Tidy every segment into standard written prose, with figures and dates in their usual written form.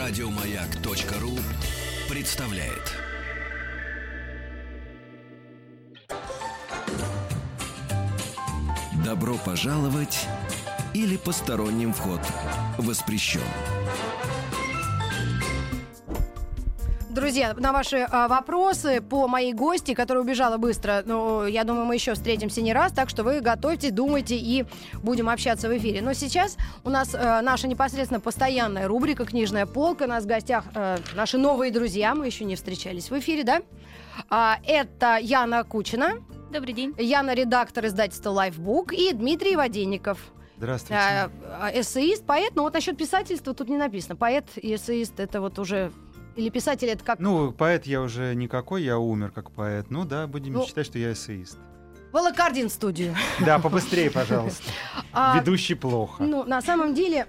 Радиомаяк.ру представляет. Добро пожаловать или посторонним вход воспрещен. Друзья, на ваши вопросы по моей гости, которая убежала быстро, но я думаю, мы еще встретимся не раз, так что вы готовьте, думайте и будем общаться в эфире. Но сейчас у нас наша непосредственно постоянная рубрика «Книжная полка». У нас в гостях наши новые друзья, мы еще не встречались в эфире, да? Это Яна Кучина. Добрый день. Яна — редактор издательства «Лайфбук», и Дмитрий Воденников. Здравствуйте. Эссеист, поэт, но вот насчет писательства тут не написано. Поэт и эссеист — это вот уже... Или писатель — это как... Ну, поэт я уже никакой, я умер как поэт. Ну да, будем считать, что я эссеист. Волокордин в студию. Да, побыстрее, пожалуйста. Ведущий плохо. Ну, на самом деле,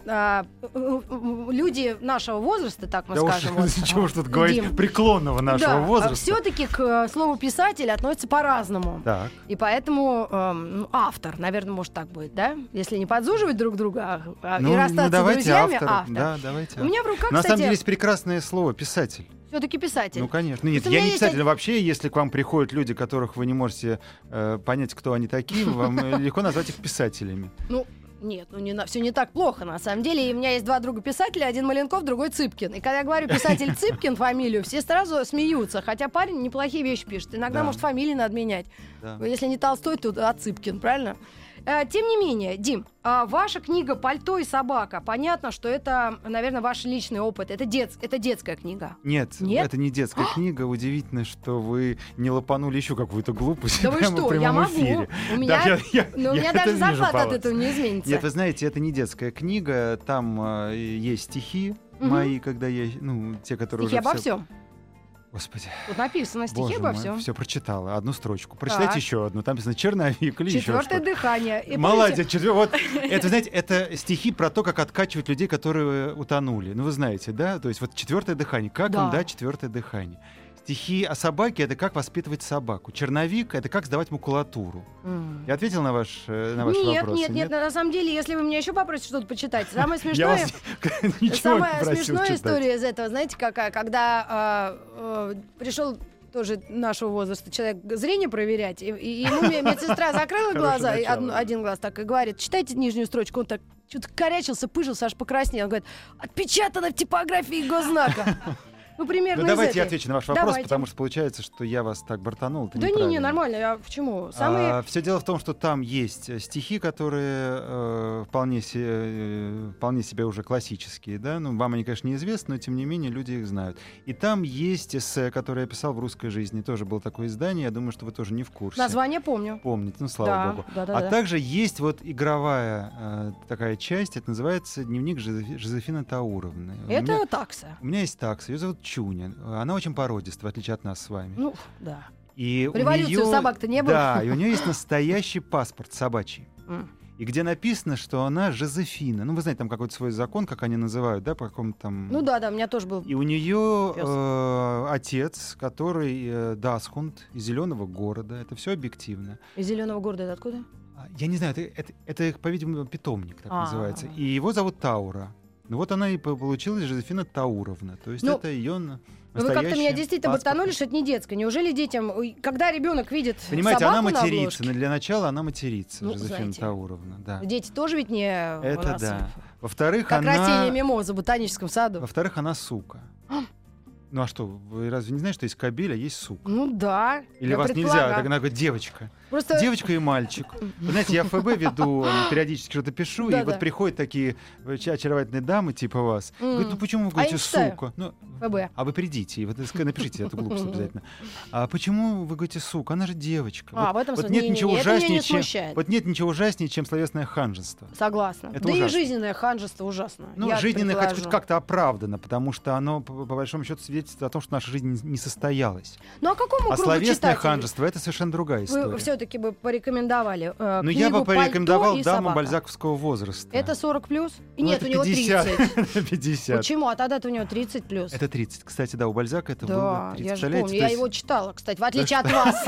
люди нашего возраста, так мы скажем... Да уж, чего ж тут говорить, преклонного нашего возраста. Все-таки к слову «писатель» относятся по-разному. Так. И поэтому автор, наверное, может так будет, да? Если не подзуживать друг друга и расстаться с друзьями, автор. Да, давайте. У меня в руках, на кстати... самом деле есть прекрасное слово «писатель». Все-таки писатель. Ну, конечно. Нет, я не писатель. Вообще, если к вам приходят люди, которых вы не можете понять, кто они такие, вам легко назвать их писателями. Ну, нет, все не так плохо, на самом деле. И у меня есть два друга писателя, один Маленков, другой Цыпкин. И когда я говорю писатель Цыпкин фамилию, все сразу смеются. Хотя парень неплохие вещи пишет. Иногда, может, фамилии надо менять. Да. Если не Толстой, то Цыпкин, правильно? Тем не менее, Дим, ваша книга «Пальто и собака». Понятно, что это, наверное, ваш личный опыт. Это детская книга. Нет, это не детская книга. Удивительно, что вы не лопанули еще какую-то глупость. Да вы что, я могу. Эфире. У меня даже зарплата от этого не изменится. Нет, вы знаете, это не детская книга. Там есть стихи мои, когда я... те, которые стихи уже обо всем. Господи. Тут написано стихи обо всем. Все прочитала. Одну строчку. Прочитайте еще одну. Там написано «Черновик» или еще что-то. «Четвертое дыхание». И молодец. Вот, это, знаете, это стихи про то, как откачивать людей, которые утонули. Ну, вы знаете, да? То есть вот «Четвертое дыхание». Как им дать четвертое дыхание? Стихи о собаке — это как воспитывать собаку. Черновик — это как сдавать макулатуру. Я ответил на ваши вопросы? Нет, на самом деле, если вы меня еще попросите что-то почитать, самая смешная история из этого, знаете, какая? Когда пришел тоже нашего возраста человек зрение проверять, и ему медсестра закрыла глаза, один глаз так и говорит: читайте нижнюю строчку. Он так что-то корячился, пыжился, аж покраснел. Он говорит: отпечатано в типографии госзнака. Ну, примерно из давайте этой. я отвечу на ваш вопрос, потому что получается, что я вас так бортанул. Да не, нормально. Почему? Все дело в том, что там есть стихи, которые вполне себе уже классические. Да? Ну, вам они, конечно, неизвестны, но тем не менее люди их знают. И там есть эссе, которое я писал в «Русской жизни». Тоже было такое издание. Я думаю, что вы тоже не в курсе. Название помню. Помните, ну, слава богу. Также есть вот игровая такая часть. Это называется «Дневник Жозефины Тауровны». Это такса. У меня есть такса. Ее зовут Чуня. Она очень породистая, в отличие от нас с вами. Ну, да. И революции у собак-то не было. Да, и у нее есть настоящий паспорт собачий. И где написано, что она Жозефина. Ну, вы знаете, там какой-то свой закон, как они называют, да, по какому-то там... Ну да, у меня тоже был. И у нее отец, который Дасхунд из Зеленого города. Это все объективно. Из Зеленого города это откуда? Я не знаю, это по-видимому, питомник так называется. И его зовут Таура. Ну вот она и получилась Жозефина Тауровна. То есть это ее настоящий вы как-то меня действительно бортанули, что это не детское. Неужели детям, когда ребенок видит собаку она на матерится. обложке... Для начала она матерится, Жозефина Тауровна. Да. Дети тоже ведь не... Это да. Во-вторых, как растение мимоза в ботаническом саду. Во-вторых, она сука. Ну а что, вы разве не знаете, что есть кобель, а есть сука? Ну да. Или вас нельзя, так она говорит девочка. Просто... Девочка и мальчик. Вы знаете, я в ФБ веду, периодически что-то пишу, и вот приходят такие очаровательные дамы типа вас. Говорят: ну почему вы говорите сука? ФБ. А вы придите, и вот напишите эту глупость обязательно. А почему вы говорите сука? Она же девочка. В этом смысле нет ничего ужаснее, чем словесное ханжество. Согласна. Да и жизненное ханжество ужасно. Ну, жизненное хоть как-то оправдано, потому что оно, по большому счету, свидетельствует о том, что наша жизнь не состоялась. Ну а какому кругу словесное читателей? ханжество — это совершенно другая история. Вы все-таки все-таки бы порекомендовали? Ну, я бы порекомендовал даму собака. бальзаковского возраста. Это 40 плюс? Ну, Нет, это у него 30. 50. Почему? А тогда-то у него 30 плюс. Это 30. Кстати, да, у Бальзака это Да, было 30. я же Представляете? помню. То Я есть- его читала, кстати, в отличие от вас.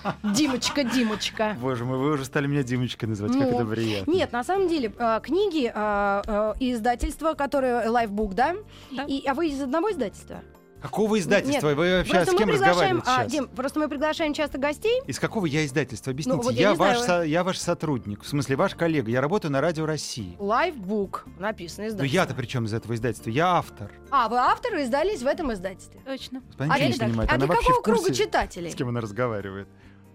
Димочка. Боже мой, вы уже стали меня Димочкой называть, как Ну, это приятно. Нет, на самом деле, книги и издательства, которые Lifebook, да? Да. А вы из одного издательства? Какого издательства? Нет, Вы вообще с Просто мы кем приглашаем, разговариваете сейчас? Дим, просто мы приглашаем часто гостей. Из какого я издательства? Объясните. Ну, вот я не знаю. Я ваш сотрудник, в смысле, ваш коллега. Я работаю на Радио России. Lifebook написано Ну издательство. я-то при чем из этого издательства? Я автор. А, вы авторы издались в этом издательстве? Точно. Господин А ничего не для- понимает. а Она для вообще какого в курсе, круга читателей? с кем она разговаривает.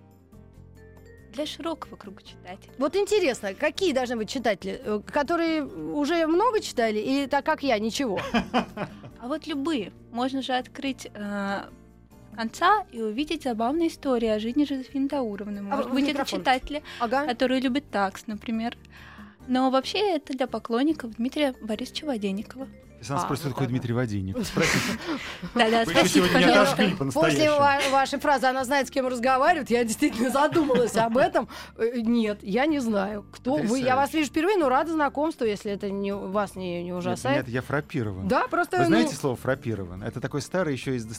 Для широкого круга читателей. Вот интересно, какие должны быть читатели, которые уже много читали, или так как я, ничего? А вот любые. Можно же открыть конца и увидеть забавные истории о жизни Жозефины Тауровны. Может в быть, это микрофон. читатели, Ага. которые любят такс, например. Но вообще это для поклонников Дмитрия Борисовича Воденникова. Если нас А, спросят, вот кто такой так Дмитрий Воденников, спросите. Да-да, Вы еще спросите, сегодня не пожалуйста. отожгли После по-настоящему. вашей фразы «она знает, с кем разговаривает», я действительно задумалась об этом. Нет, я не знаю, кто вы. Я вас вижу впервые, но рада знакомству, если это вас не ужасает. Нет, я фраппирован. Да, просто... Вы ну, знаете слово «фраппирован»? Это такой старый еще из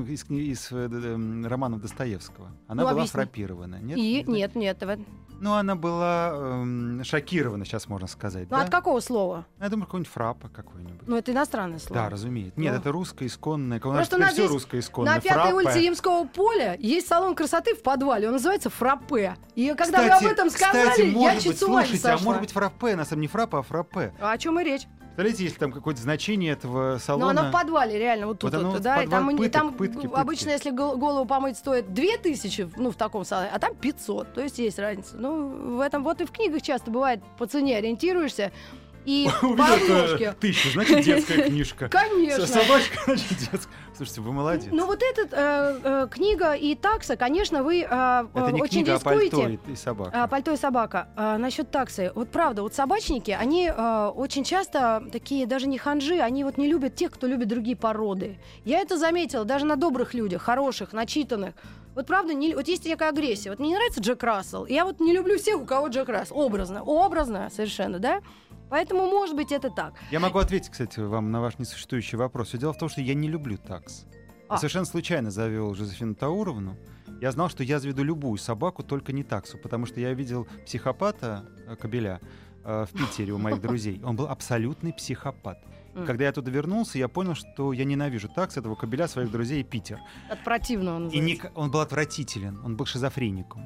романов Достоевского. Она Ну, была объясни. фраппирована. Нет? И Не знаете? нет. Ну, она была шокирована, сейчас можно сказать. Ну, да? от какого слова? Я думаю, какой-нибудь фраппа какой-нибудь. Ну, это иностранное слово. Да, разумеется. Нет, Ну. это русское исконное. У нас Просто теперь у нас все здесь русское исконное. На 5-й улице Ямского поля есть салон красоты в подвале. Он называется «Фраппе». И когда вы об этом сказали, кстати, я может чуть быть, с ума не слушайте, а сошла. может быть фраппе, на самом деле не фраппа, а фраппе. А о чем и речь? Представляете, если там какое-то значение этого Но салона... она в подвале, реально, вот тут. Вот оно вот, вот да, и подвал, там, пыток, там пытки. обычно, если голову помыть, стоит 2000, ну, в таком салоне, а там 500. То есть есть разница. Ну, в этом вот и в книгах часто бывает по цене ориентируешься. И по Увидел обложке. 1000, значит, детская книжка. Конечно. Собачка, значит, детская. Слушайте, вы молодец. Ну вот эта книга и такса, конечно, вы Это не очень книга, а пальто рискуете. и собака. Пальто и собака. Насчет таксы. Вот правда, вот собачники, они очень часто такие даже не ханжи, они вот не любят тех, кто любит другие породы. Я это заметила даже на добрых людях, хороших, начитанных. Вот правда, вот есть такая агрессия. Вот мне не нравится Джек Рассел. Я вот не люблю всех, у кого Джек Рассел. Образно совершенно, да? Поэтому, может быть, это так. Я могу ответить, кстати, вам на ваш несуществующий вопрос. Все дело в том, что я не люблю такс. Я совершенно случайно завел Жозефину Тауровну. Я знал, что я заведу любую собаку, только не таксу, потому что я видел психопата Кобеля в Питере у моих друзей. Он был абсолютный психопат. И когда я оттуда вернулся, я понял, что я ненавижу такс, этого Кобеля, своих друзей и Питер. От противного И называется. он был отвратителен, он был шизофреником.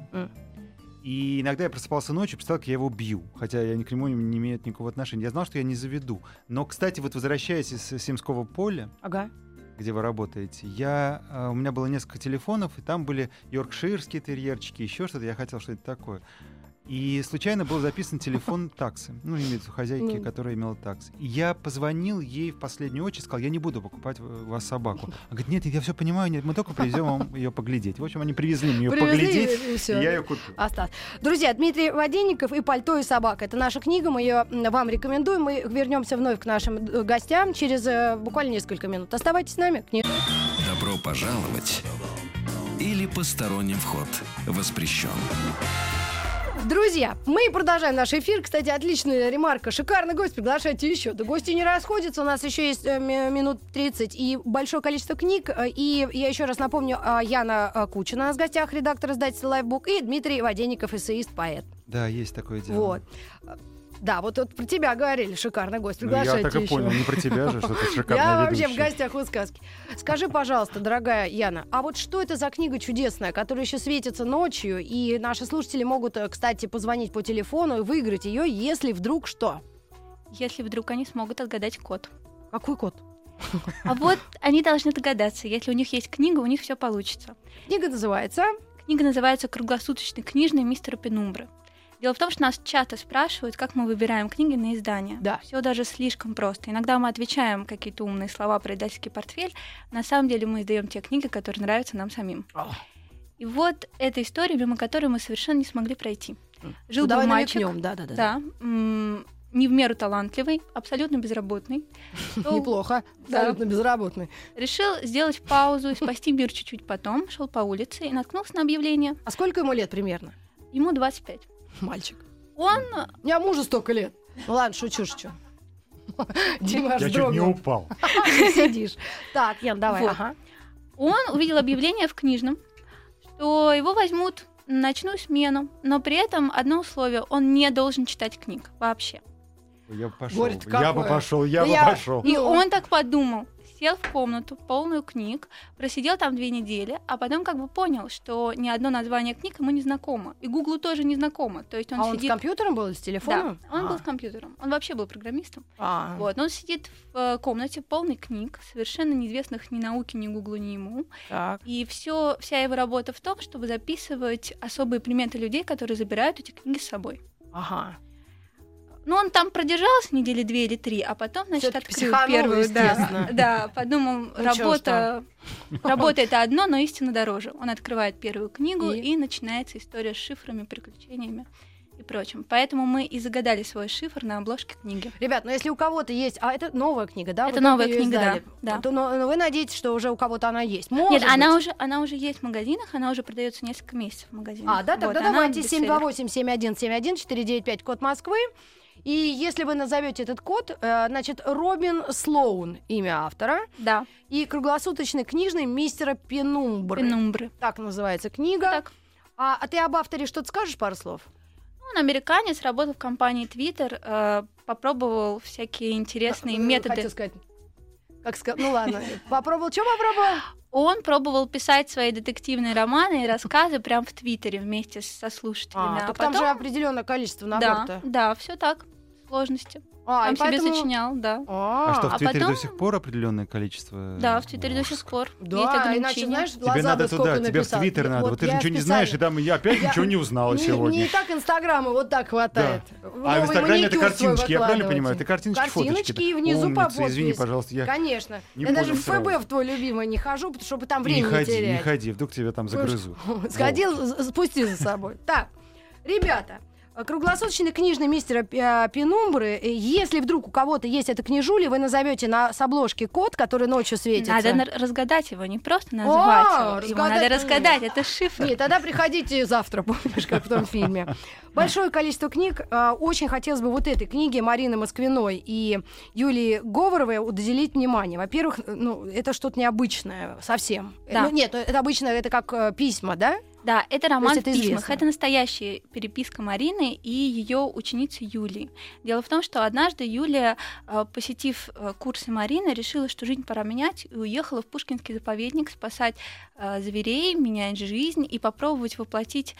И иногда я просыпался ночью, представлял, как я его бью, хотя я к нему не имею никакого отношения. Я знал, что я не заведу. Но, кстати, вот возвращаясь из Семского поля, Ага. где вы работаете, у меня было несколько телефонов, и там были йоркширские терьерчики, еще что-то, я хотел что-то такое. И случайно был записан телефон таксы, ну, имеется в виду хозяйки, которая имела таксы. И я позвонил ей в последнюю очередь, сказал, я не буду покупать у вас собаку. Она говорит, нет, я все понимаю, нет, мы только привезем вам ее поглядеть. В общем, они привезли мне ее поглядеть, и всё. и я ее купил. Осталось. Друзья, Дмитрий Воденников и «Пальто и собака». Это наша книга, мы ее вам рекомендуем. Мы вернемся вновь к нашим гостям через буквально несколько минут. Оставайтесь с нами. Добро пожаловать или посторонним вход воспрещен. Друзья, мы продолжаем наш эфир. Кстати, отличная ремарка. Шикарный гость, приглашайте еще. Да гости не расходятся, у нас еще есть минут 30 и большое количество книг. И я еще раз напомню, Яна Кучина у нас в гостях, редактор издательства Lifebook, и Дмитрий Воденников, эссеист, поэт. Да, есть такое дело. Вот. Да, вот про тебя говорили, шикарный гость. Ну, я Приглашайте так и еще. понял, не про тебя же, что ты шикарная Я вообще в ведущая. гостях у сказки. Скажи, пожалуйста, дорогая Яна, а вот что это за книга чудесная, которая еще светится ночью, и наши слушатели могут, кстати, позвонить по телефону и выиграть ее, если вдруг что? Если вдруг они смогут отгадать код. Какой код? А вот они должны догадаться. Если у них есть книга, у них все получится. Книга называется... Книга называется «Круглосуточный книжный мистера Пенумбры». Дело в том, что нас часто спрашивают, как мы выбираем книги на издание. Да. Все даже слишком просто. Иногда мы отвечаем какие-то умные слова про издательский портфель. На самом деле мы издаем те книги, которые нравятся нам самим. И вот эта история, мимо которой мы совершенно не смогли пройти. Жил был Давай мальчик. намекнем, да. Да. Не в меру талантливый, абсолютно безработный. Неплохо, Да. абсолютно безработный. Решил сделать паузу и спасти мир чуть-чуть потом. Шел по улице и наткнулся на объявление. А сколько ему лет примерно? ему 25. Мальчик. Он... У меня мужу столько лет. Ну ладно, шучу. Дима аж Я чуть не упал. Ты сидишь. Так, Ян, давай. Вот. Ага. Он увидел объявление в книжном, что его возьмут на ночную смену, но при этом одно условие: он не должен читать книг вообще. Я бы пошел. Горе-то Я бы какое. пошел, я бы Я- пошел. И Ну. он так подумал, сел в комнату, полную книг, просидел там 2 недели, а потом как бы понял, что ни одно название книг ему не знакомо, и Гуглу тоже не знакомо. То есть он А он с сидит... компьютером был, с телефоном? Да, он был с компьютером. Он вообще был программистом. А. Вот, но он сидит в комнате полной книг, совершенно неизвестных ни науке, ни Гуглу, ни ему. Так. И вся его работа в том, чтобы записывать особые приметы людей, которые забирают эти книги с собой. Ага. Ну, он там продержался недели 2 или 3, а потом, значит, Всё-таки открыл психанул, первую. естественно. Да, подумал, чё ж работа это одно, но истина дороже. Он открывает первую книгу, И? и начинается история с шифрами, приключениями и прочим. Поэтому мы и загадали свой шифр на обложке книги. Ребят, ну если у кого-то есть... А это новая книга, да? Это Вы новая только её книга, издали. да. То, но вы надеетесь, что уже у кого-то она есть? Может Нет, быть. она уже есть в магазинах, она уже продается несколько месяцев в магазинах. А, да, тогда Вот, она давайте в бестселлерах. 728-7171-495, код Москвы. И если вы назовете этот код, значит, Робин Слоун, имя автора, Да, и круглосуточный книжный мистера Пенумбры. Пенумбры. Так называется книга. Так. А ты об авторе что-то скажешь, пару слов? Он американец, работал в компании Twitter, попробовал всякие интересные методы. Хотел сказать. Как сказать? Ну ладно. Попробовал. Что попробовал? Он пробовал писать свои детективные романы и рассказы прямо в Твиттере вместе со слушателями. Так там же определенное количество набора-то. Да, все так. Сложности. И Там себе поэтому- сочинял, да. А что, в А Твиттере потом- до сих пор определенное количество? Да, в Твиттере до Ужас сих пор есть Да, иначе, ограничения. знаешь, Тебе глаза надо бы сколько туда, тебе в написал. Твиттер надо. Вот ты же я ничего не специально. знаешь, и там я опять ничего не узнала сегодня. Не так Инстаграма вот так хватает. А в Новый Инстаграме это маникюр свой картиночки, я правильно выкладывайте. понимаю? Это картиночки, фоточки. Картиночки и внизу Умница, по извини, подпись. пожалуйста, я Конечно. не Я даже понял в ФБ сразу. в твой любимый не хожу, чтобы там Не время не ходи, не терять. ходи, вдруг тебя там загрызут. Сходил, спусти за собой. Так, ребята, круглосуточный книжный мистера Пенумбры. Если вдруг у кого-то есть эта книжуля, вы назовете с обложки код, который ночью светится. Надо разгадать его, не просто назвать его. Его разгадать надо не разгадать, это шифр. Нет, тогда приходите завтра, помнишь, как в том фильме. Большое количество книг. Очень хотелось бы вот этой книге Марины Москвиной и Юлии Говоровой уделить внимание. Во-первых, ну, это что-то необычное совсем. Да. Ну, нет, это обычно, это как письма, да? Да, это роман То в есть это письмах. известно. Это настоящая переписка Марины и ее ученицы Юлии. Дело в том, что однажды Юлия, посетив курсы Марины, решила, что жизнь пора менять, и уехала в Пушкинский заповедник спасать зверей, менять жизнь и попробовать воплотить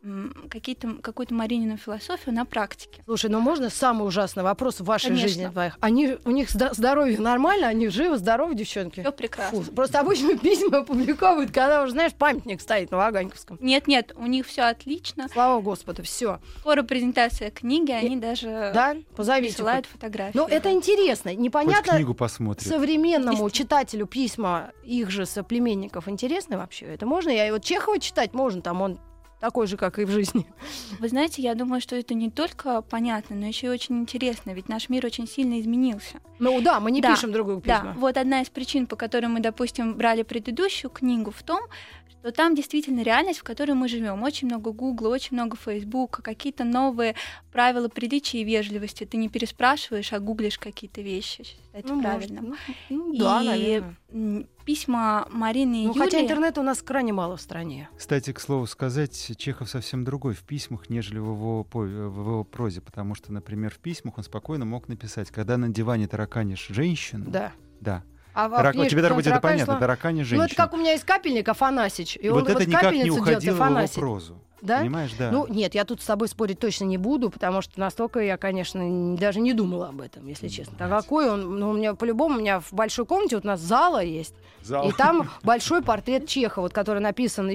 какую-то Маринину философию на практике. Слушай, ну можно самый ужасный вопрос в вашей Конечно. жизни двоих? У них здоровье нормально? Они живы, здоровы, девчонки? Все прекрасно. Фу, просто обычно письма публиковывают, когда уже, знаешь, памятник стоит на Ваганьковском. Нет, у них все отлично. Слава Господу, все. Скоро презентация книги, они даже Да? Позовите. присылают хоть. фотографии. Ну, это да. интересно. Хоть Непонятно, книгу посмотрит. современному читателю письма их же соплеменников интересны вообще? Это можно? Я вот Чехова читать можно, там он такой же, как и в жизни. Вы знаете, я думаю, что это не только понятно, но еще и очень интересно, ведь наш мир очень сильно изменился. Ну да, мы не Да, пишем другую Да, письма. вот одна из причин, по которой мы, допустим, брали предыдущую книгу, в том, что там действительно реальность, в которой мы живем. Очень много Гугла, очень много Фейсбука, какие-то новые правила приличия и вежливости. Ты не переспрашиваешь, а гуглишь какие-то вещи. Это Ну, правильно. может, да, И наверное. письма Марины и Ну, Юлии... хотя интернета у нас крайне мало в стране. Кстати, к слову сказать, Чехов совсем другой в письмах, нежели в его прозе, потому что, например, в письмах он спокойно мог написать, когда на диване тараканишь женщину. Да. Да. А в Тебе книжке должно быть это таракань понятно, шла- тараканишь Ну, женщину. это как у меня есть капельник Афанасич. И вот он это никак не капельницу делает, уходило в его Афанасий. прозу. Да? Понимаешь, да. Ну, нет, я тут с тобой спорить точно не буду, потому что настолько я, конечно, даже не думала об этом, если честно. А какой он? Ну, у меня по-любому, у меня в большой комнате вот у нас зала есть, Зал. и там большой портрет Чехова, вот, который написан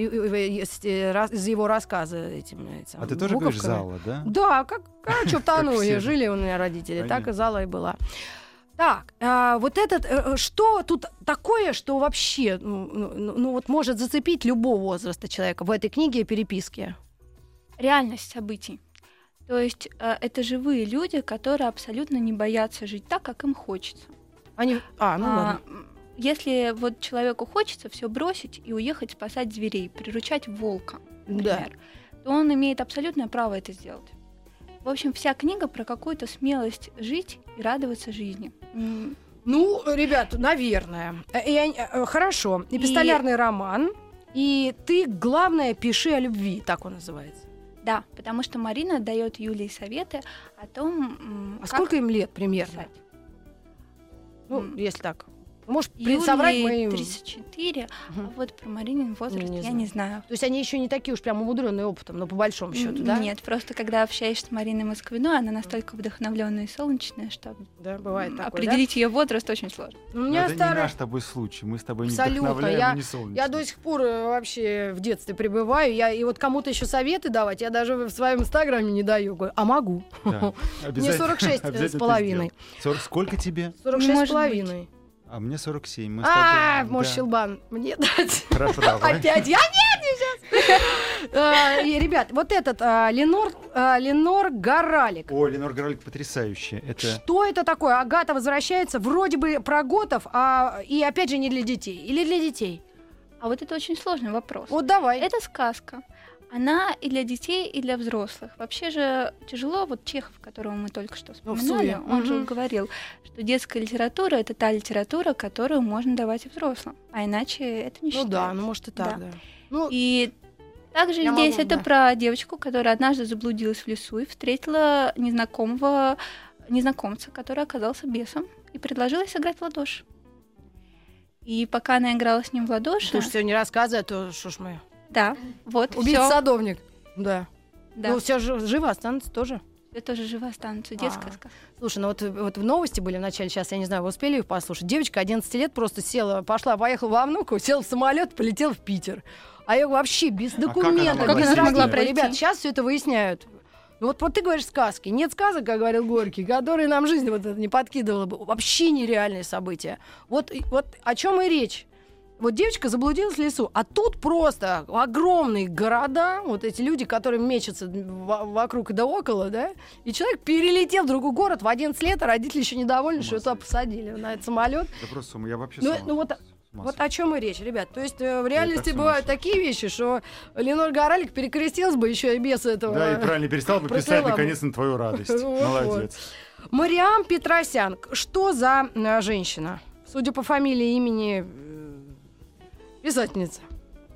из его рассказа этим. А ты тоже говоришь буковками. зала, да? Да, как все. чертанули, жили у меня родители, так Понятно. и зала и была. Так, вот что тут такое, что вообще, ну вот может зацепить любого возраста человека в этой книге и переписке? Реальность событий. То есть это живые люди, которые абсолютно не боятся жить так, как им хочется. Они, ладно. Если вот человеку хочется все бросить и уехать спасать зверей, приручать волка, например, то он имеет абсолютное право это сделать. В общем, вся книга про какую-то смелость жить и радоваться жизни. Ну, ребят, наверное. Хорошо. Эпистолярный роман. И ты, главное, пиши о любви, так он называется. Да, потому что Марина дает Юлии советы о том, как сколько им лет примерно? Писать. Ну, если так. Может, Юлии соврать моим... 34, а вот про Маринин возраст я не знаю. То есть они еще не такие уж прям умудренные опытом, но по большому счету, да? Нет, просто когда общаешься с Мариной Москвиной, она настолько вдохновленная и солнечная, что да, бывает такое, определить ее возраст очень сложно. Это не наш с тобой случай, мы с тобой не вдохновляем, не солнечные. Я до сих пор вообще в детстве пребываю, и вот кому-то еще советы давать, я даже в своем инстаграме не даю, говорю, а могу. Мне 46 с половиной. Сколько тебе? 46 с половиной. А мне 47. Может, щелбан мне дать? Хорошо, опять? Я нет, не сейчас. Ребят, вот этот Ленор Горалик. О, Ленор Горалик потрясающая. Что это такое? Агата возвращается, вроде бы про готов, и опять же не для детей. Или для детей? А вот это очень сложный вопрос. Вот давай. Это сказка. Она и для детей, и для взрослых. Вообще же тяжело, вот Чехов, которого мы только что вспоминали, он же говорил, что детская литература — это та литература, которую можно давать и взрослым, а иначе это не считается. Ну да, ну может и так, да. И также здесь это про девочку, которая однажды заблудилась в лесу и встретила незнакомца, который оказался бесом, и предложила сыграть в ладоши. И пока она играла с ним в ладоши... Слушай, все не рассказывай, а то что ж мы... Да, вот. Убийца садовник. Да. Ну, все живо останутся тоже. Все тоже живо останутся. Детская сказка. Слушай, ну вот в новости были в начале часа, я не знаю, вы успели их послушать? Девочка 11 лет просто поехала во Внуково, села в самолет, полетела в Питер. А я вообще без документов. Как она могла пройти? Ребят, сейчас все это выясняют. Вот ты говоришь сказки. Нет сказок, как говорил Горький, которые нам жизнь вот это не подкидывала бы. Вообще нереальные события. Вот о чем и речь. Вот девочка заблудилась в лесу, а тут просто огромные города, вот эти люди, которые мечутся вокруг да около, да, и человек перелетел в другой город в 11 лет, а родители еще недовольны, что его посадили на этот самолет. Да просто я вообще вот о чем и речь, ребят. То есть в реальности бывают такие вещи, что Ленор Горалик перекрестилась бы еще и без этого. Да, и правильно перестала бы писать наконец на твою радость. Молодец. Мариам Петросян. Что за женщина? Судя по фамилии, имени... Писательница,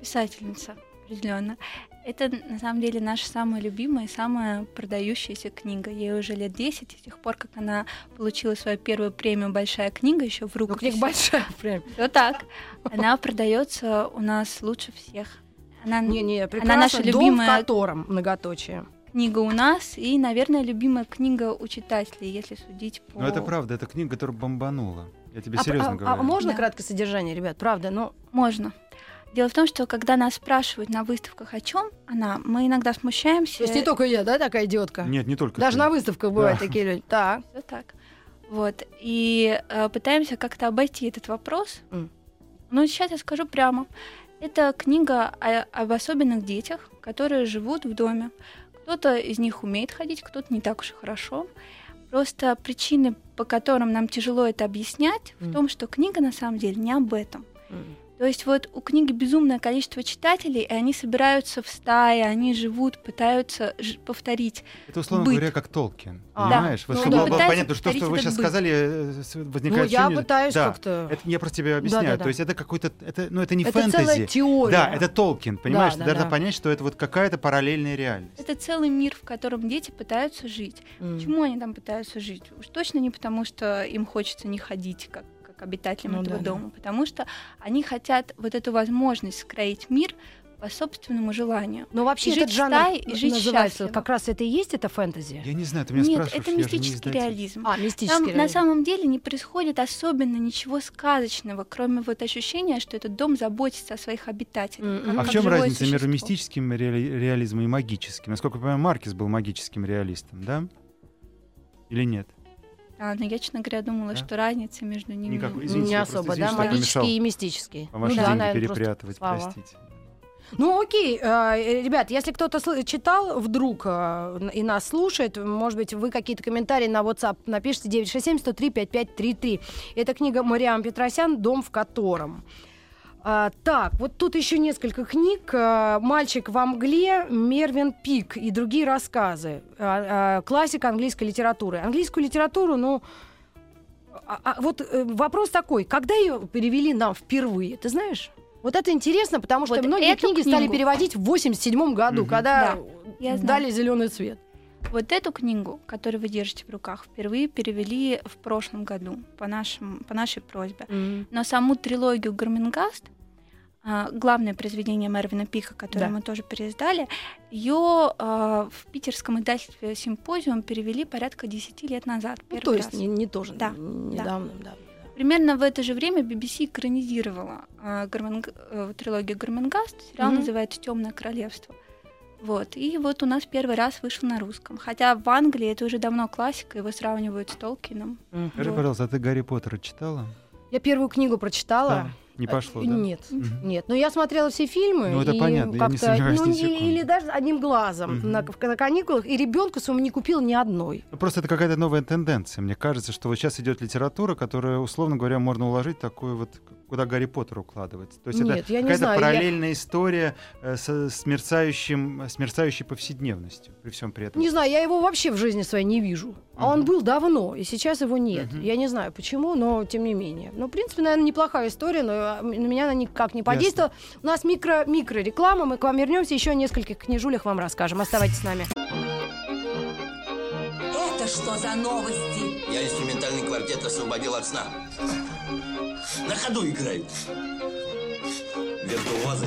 определенно. Это, на самом деле, наша самая любимая и самая продающаяся книга. Ей уже лет 10, с тех пор, как она получила свою первую премию «Большая книга» еще в рукописи. Ну, книга «Большая» премия. Вот так. Она продается у нас лучше всех. Она наша любимая... «Дом, в котором» многоточие. Книга у нас и, наверное, любимая книга у читателей, если судить по... Ну, это правда, это книга, которая бомбанула. Я тебе серьезно говорю. А можно краткое содержание, ребят? Правда, но... Можно. Дело в том, что когда нас спрашивают на выставках, о чем она, мы иногда смущаемся. То есть не только я, да, такая идиотка? Нет, не только даже на выставках бывают такие люди. Так. Всё так. Вот. И пытаемся как-то обойти этот вопрос. Но сейчас я скажу прямо. Это книга об особенных детях, которые живут в доме. Кто-то из них умеет ходить, кто-то не так уж и хорошо. Просто причины, по которым нам тяжело это объяснять, в том, что книга на самом деле не об этом. То есть вот у книги безумное количество читателей, и они собираются в стаи, они живут, пытаются повторить. Это, условно быт. говоря, как Толкин. Понимаешь? Да. Вот, чтобы было понятно, что вы сейчас сказали, возникает я пытаюсь как-то... Это, я просто тебе объясняю. То есть это какой-то... это не это фэнтези. Целая теория. Да, это Толкин, понимаешь? Ты должна понять, что это вот какая-то параллельная реальность. Это целый мир, в котором дети пытаются жить. Почему они там пытаются жить? Уж точно не потому, что им хочется не ходить, как обитателям этого дома, потому что они хотят вот эту возможность скроить мир по собственному желанию. Но вообще жить этот жанр и жить называется, счастливо. как раз это и есть это фэнтези? Я не знаю, ты меня спрашиваешь. Нет, это мистический реализм. Мистический реализм. На самом деле не происходит особенно ничего сказочного, кроме вот ощущения, что этот дом заботится о своих обитателях. А в чем разница между мистическим реализмом и магическим? Насколько я понимаю, Маркес был магическим реалистом, да? Или нет? Но я, честно говоря, думала, что разница между ними не особо, да, магический и мистический. Ваши деньги перепрятывать, простите. Ну окей, ребят, если кто-то читал вдруг и нас слушает, может быть, вы какие-то комментарии на WhatsApp напишите 967-103-5533. Это книга Мариам Петросян «Дом, в котором». Так, вот тут еще несколько книг. «Мальчик во мгле», «Мервин Пик» и другие рассказы. Классика английской литературы. Английскую литературу, вот вопрос такой. Когда ее перевели нам впервые, ты знаешь? Вот это интересно, потому что Вот многие книги книгу стали переводить в 1987 году, когда дали зеленый цвет. Вот эту книгу, которую вы держите в руках, впервые перевели в прошлом году по нашей просьбе. Но саму трилогию «Гормингаст», главное произведение Мервина Пика, которое мы тоже переиздали, ее в питерском издательстве «Симпозиум» перевели порядка 10 лет назад. То есть не тоже недавно. Да. Примерно в это же время BBC экранизировала трилогию «Гормингаст». Сериал называется «Темное королевство». Вот. И вот у нас первый раз вышел на русском. Хотя в Англии это уже давно классика, его сравнивают с Толкином. Скажи, пожалуйста, а ты «Гарри Поттера» читала? Я первую книгу прочитала. Не пошло, да? Нет. Но я смотрела все фильмы. Ну, это понятно, я не сомневаюсь ни секунды. Или даже одним глазом на каникулах, и ребенку своему не купила ни одной. Просто это какая-то новая тенденция. Мне кажется, что вот сейчас идет литература, которая, условно говоря, можно уложить такую вот, куда Гарри Поттер укладывается. То есть это какая-то параллельная история с мерцающей повседневностью, при всем при этом. Не знаю, я его вообще в жизни своей не вижу. А он был давно, и сейчас его нет. Я не знаю почему, но тем не менее. Ну, в принципе, наверное, неплохая история, но на меня она никак не подействовала. У нас микро-реклама, мы к вам вернемся, еще о нескольких книжулях вам расскажем. Оставайтесь с нами. Это что за новости? Я инструментальный квартет освободил от сна. На ходу играют. Виртуозы.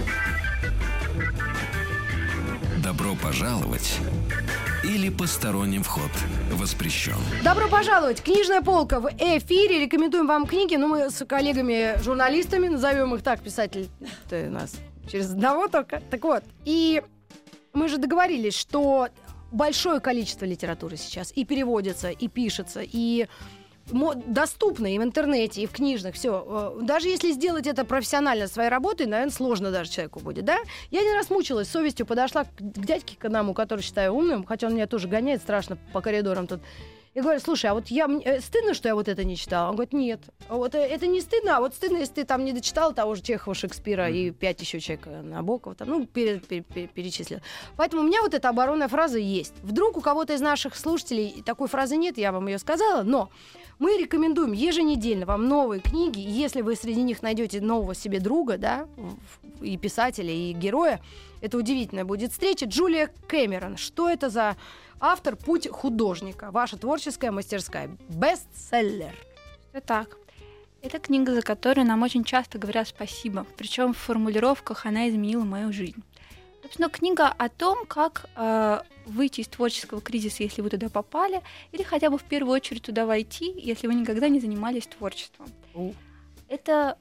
Добро пожаловать или посторонним вход воспрещен. Добро пожаловать! Книжная полка в эфире. Рекомендуем вам книги. Мы с коллегами-журналистами, назовем их так, писатель у нас через одного только. Так вот, и мы же договорились, что большое количество литературы сейчас и переводится, и пишется, и доступно и в интернете, и в книжных, все. Даже если сделать это профессионально своей работой, наверное, сложно даже человеку будет, да? Я один раз мучилась, совестью подошла к дядьке к одному, который считаю умным, хотя он меня тоже гоняет страшно по коридорам тут. И говорю, слушай, а вот стыдно, что я вот это не читала? Он говорит, нет. Вот это не стыдно, а вот стыдно, если ты там не дочитала того же Чехова, Шекспира и 5 еще человек Набокова, там, перечислил. Поэтому у меня вот эта оборонная фраза есть. Вдруг у кого-то из наших слушателей такой фразы нет, я вам ее сказала, но мы рекомендуем еженедельно вам новые книги. Если вы среди них найдете нового себе друга, да, и писателя, и героя, это удивительная будет встреча. Джулия Кэмерон. Что это за автор «Путь художника»? Ваша творческая мастерская. Бестселлер. Все так. Это книга, за которую нам очень часто говорят спасибо. Причем в формулировках она изменила мою жизнь. Собственно, книга о том, как выйти из творческого кризиса, если вы туда попали, или хотя бы в первую очередь туда войти, если вы никогда не занимались творчеством. Это...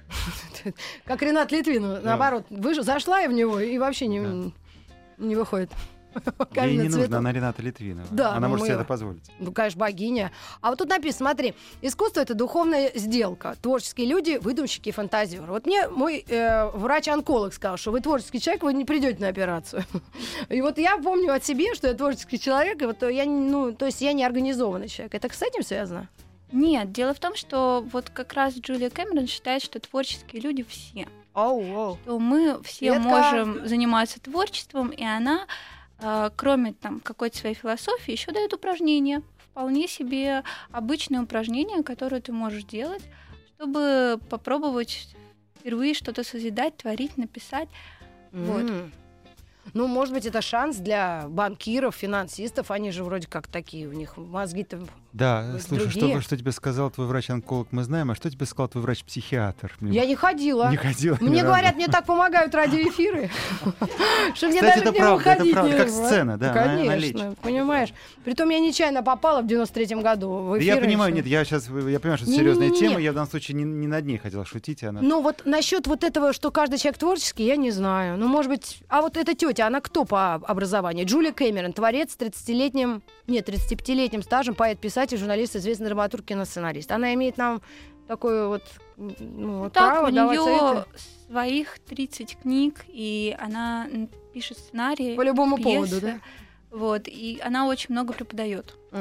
Как Ренат Литвин, наоборот, зашла я в него и вообще не выходит. Ей не нужно, она Рената Литвинова. Да, она может себе это позволить. Ну, конечно, богиня. А вот тут написано, смотри, искусство — это духовная сделка. Творческие люди — выдумщики и фантазеры. Вот мне мой врач-онколог сказал, что вы творческий человек, вы не придете на операцию. И вот я помню от себя, что я творческий человек, и вот то есть я не организованный человек. Это с этим связано? Нет, дело в том, что вот как раз Джулия Кэмерон считает, что творческие люди все. Что мы все можем заниматься творчеством, и она, кроме там какой-то своей философии, еще дает упражнения. Вполне себе обычные упражнения, которые ты можешь делать, чтобы попробовать впервые что-то созидать, творить, написать. Вот. Ну, может быть, это шанс для банкиров, финансистов. Они же вроде как такие, у них мозги-то да, слушай, другие. Что тебе сказал твой врач-онколог, мы знаем. А что тебе сказал твой врач-психиатр? Я не ходила. Не ходила. Мне говорят, мне так помогают радиоэфиры, что мне Кстати, даже это правда, ходить. это правда. Как сцена, да, конечно, понимаешь. Притом я нечаянно попала в 93-м году в эфир. Я понимаю, нет, я понимаю, что это серьезная тема. Я в данном случае не над ней хотела шутить. Ну вот насчет вот этого, что каждый человек творческий, я не знаю. Ну, может быть, а вот эта тетя, она кто по образованию? Джулия Кэмерон, творец с 35-летним стажем, поэт-писатель, журналист, известный драматург, киносценарист. Она имеет нам такое вот, право давать советы. У нее своих 30 книг, и она пишет сценарии. По любому поводу, да? Вот, и она очень много преподает.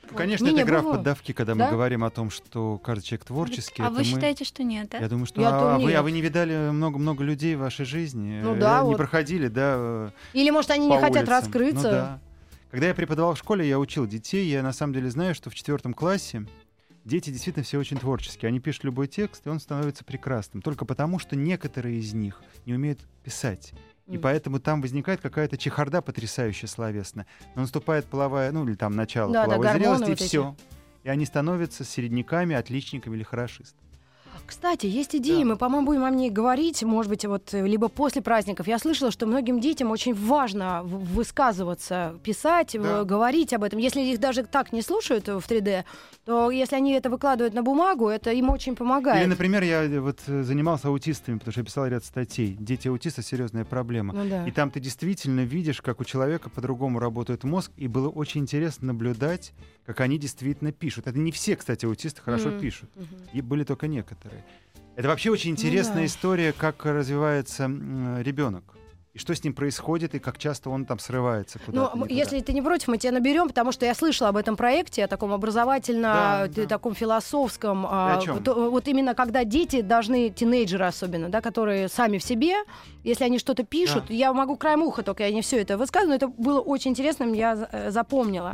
Конечно, Не, это игра в бывает. поддавки, когда Да? мы говорим о том, что каждый человек творческий. А это вы мы- считаете, что нет, да? Я думаю, что... Я-то А нет. вы не видали много-много людей в вашей жизни? Ну да, Не вот. проходили, да, Или, может, они по не хотят улицам? раскрыться? Ну да. Когда я преподавал в школе, я учил детей. Я на самом деле знаю, что в 4 классе дети действительно все очень творческие. Они пишут любой текст, и он становится прекрасным. Только потому, что некоторые из них не умеют писать. И поэтому там возникает какая-то чехарда потрясающая словесно. Но наступает половая, ну или там начало Да, половой гормоны зрелости, и вот эти. все. И они становятся середняками, отличниками или хорошистами. Кстати, есть идеи, Да. мы, по-моему, будем о ней говорить, может быть, вот либо после праздников. Я слышала, что многим детям очень важно высказываться, писать, Да. говорить об этом. Если их даже так не слушают в 3D, то если они это выкладывают на бумагу, это им очень помогает. Или, например, я вот занимался аутистами, потому что я писал ряд статей. Дети аутисты — серьезная проблема. Ну да. И там ты действительно видишь, как у человека по-другому работает мозг, и было очень интересно наблюдать, как они действительно пишут. Это не все, кстати, аутисты хорошо пишут. И были только некоторые. Это вообще очень интересная да. история, как развивается ребенок. И что с ним происходит, и как часто он там срывается куда-то. Ну, не туда. если ты не против, мы тебя наберем, потому что я слышала об этом проекте, о таком образовательно, Да. таком философском. О чём? Вот именно когда дети должны, тинейджеры особенно, да, которые сами в себе, если они что-то пишут, Да. я могу краем уха только, я не все это высказываю, но это было очень интересным, я запомнила.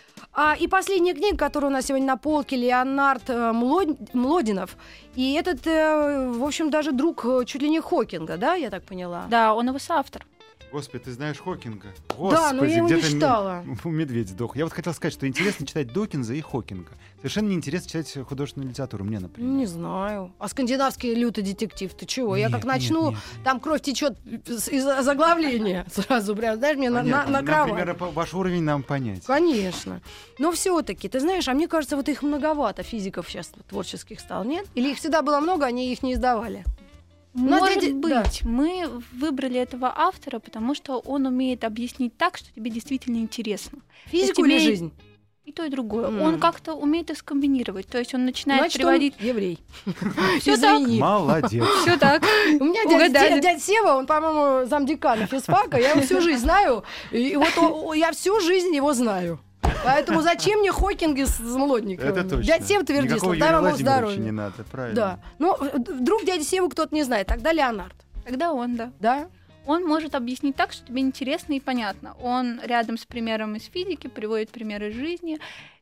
И последняя книга, которая у нас сегодня на полке, Леонард Млодинов. И этот, в общем, даже друг чуть ли не Хокинга, да, я так поняла? Да, он его соавтор. Господи, ты знаешь Хокинга? Да, но я его не где-то читала. Медведь сдох. Я вот хотел сказать, что интересно читать Докинза и Хокинга. Совершенно неинтересно читать художественную литературу, мне, например. Не знаю. А скандинавский лютый детектив, ты чего? Я как Нет, начну, нет. там кровь течет из заглавления сразу, прям, знаешь, мне на Понятно. кровать. Например, ваш уровень нам понять. Конечно. Но все-таки, ты знаешь, а мне кажется, вот их многовато, физиков сейчас творческих стало, нет? Или их всегда было много, они их не издавали? нас Может дяди- да. быть, мы выбрали этого автора, потому что он умеет объяснить так, что тебе действительно интересно. Физику тебе или жизнь? И то, и другое. М. Он как-то умеет это скомбинировать. То есть он начинает Значит, приводить... он еврей. Всё так. Извини. Молодец. Все так. У меня Угадали. дядя Сева, он, по-моему, замдекана физфака, я его всю жизнь знаю, и вот я всю жизнь его знаю. Поэтому зачем мне Хокинг с Млодниковым? Это точно. Дядя Сева твердил, Никакого дай Юрия вам Владимировича здоровья. не надо, правильно. Да. Ну, вдруг дядя Севу кто-то не знает, тогда Леонард. Тогда он, да. Да? Он может объяснить так, что тебе интересно и понятно. Он рядом с примером из физики приводит примеры из жизни,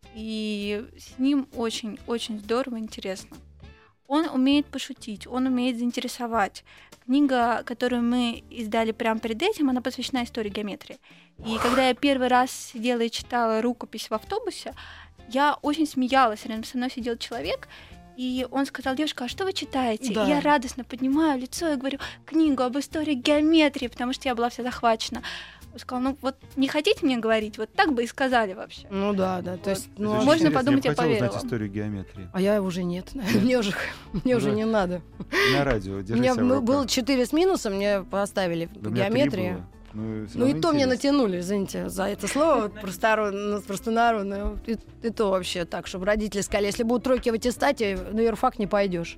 и с ним очень-очень здорово и интересно. Он умеет пошутить, он умеет заинтересовать. Книга, которую мы издали прямо перед этим, она посвящена истории геометрии. И когда я первый раз сидела и читала рукопись в автобусе, я очень смеялась. Рядом со мной сидел человек, и он сказал: девушка, а что вы читаете? Да. И я радостно поднимаю лицо и говорю: книгу об истории геометрии, потому что я была вся захвачена. Он сказал: ну вот не хотите мне говорить? Вот так бы и сказали вообще. Ну да, да. То есть, Это ну, очень можно интересно. подумать, я я бы хотел узнать поверила. историю геометрии. а я уже нет. Мне уже Да. не надо. На радио, У держи меня себя в руках. было 4 с минусом, мне поставили Да у меня 3 геометрии. было. Ну, всё Ну и равно то мне интересно. натянули, извините, за это слово простонародное. И то вообще так, чтобы родители сказали, если будут тройки в аттестате, на юрфак не пойдешь.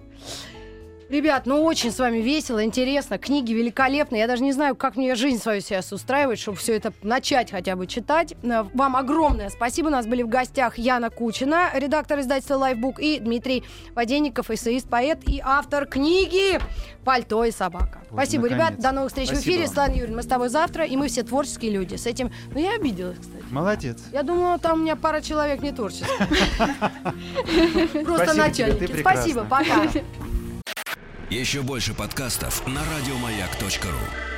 Ребят, ну очень с вами весело, интересно, книги великолепные. Я даже не знаю, как мне жизнь свою сейчас устраивать, чтобы все это начать хотя бы читать. Вам огромное спасибо. У нас были в гостях Яна Кучина, редактор издательства Lifebook, и Дмитрий Воденников, эссеист, поэт и автор книги «Пальто и собака». Вот, Спасибо, наконец. ребят. До новых встреч в Спасибо эфире. вам. Светлана Юрьевна, мы с тобой завтра, и мы все творческие люди. С этим... Ну, я обиделась, кстати. Молодец. Я думала, там у меня пара человек не творческих. Просто Спасибо тебе, начальники. ты прекрасна. Спасибо, пока. Еще больше подкастов на радиомаяк.ру.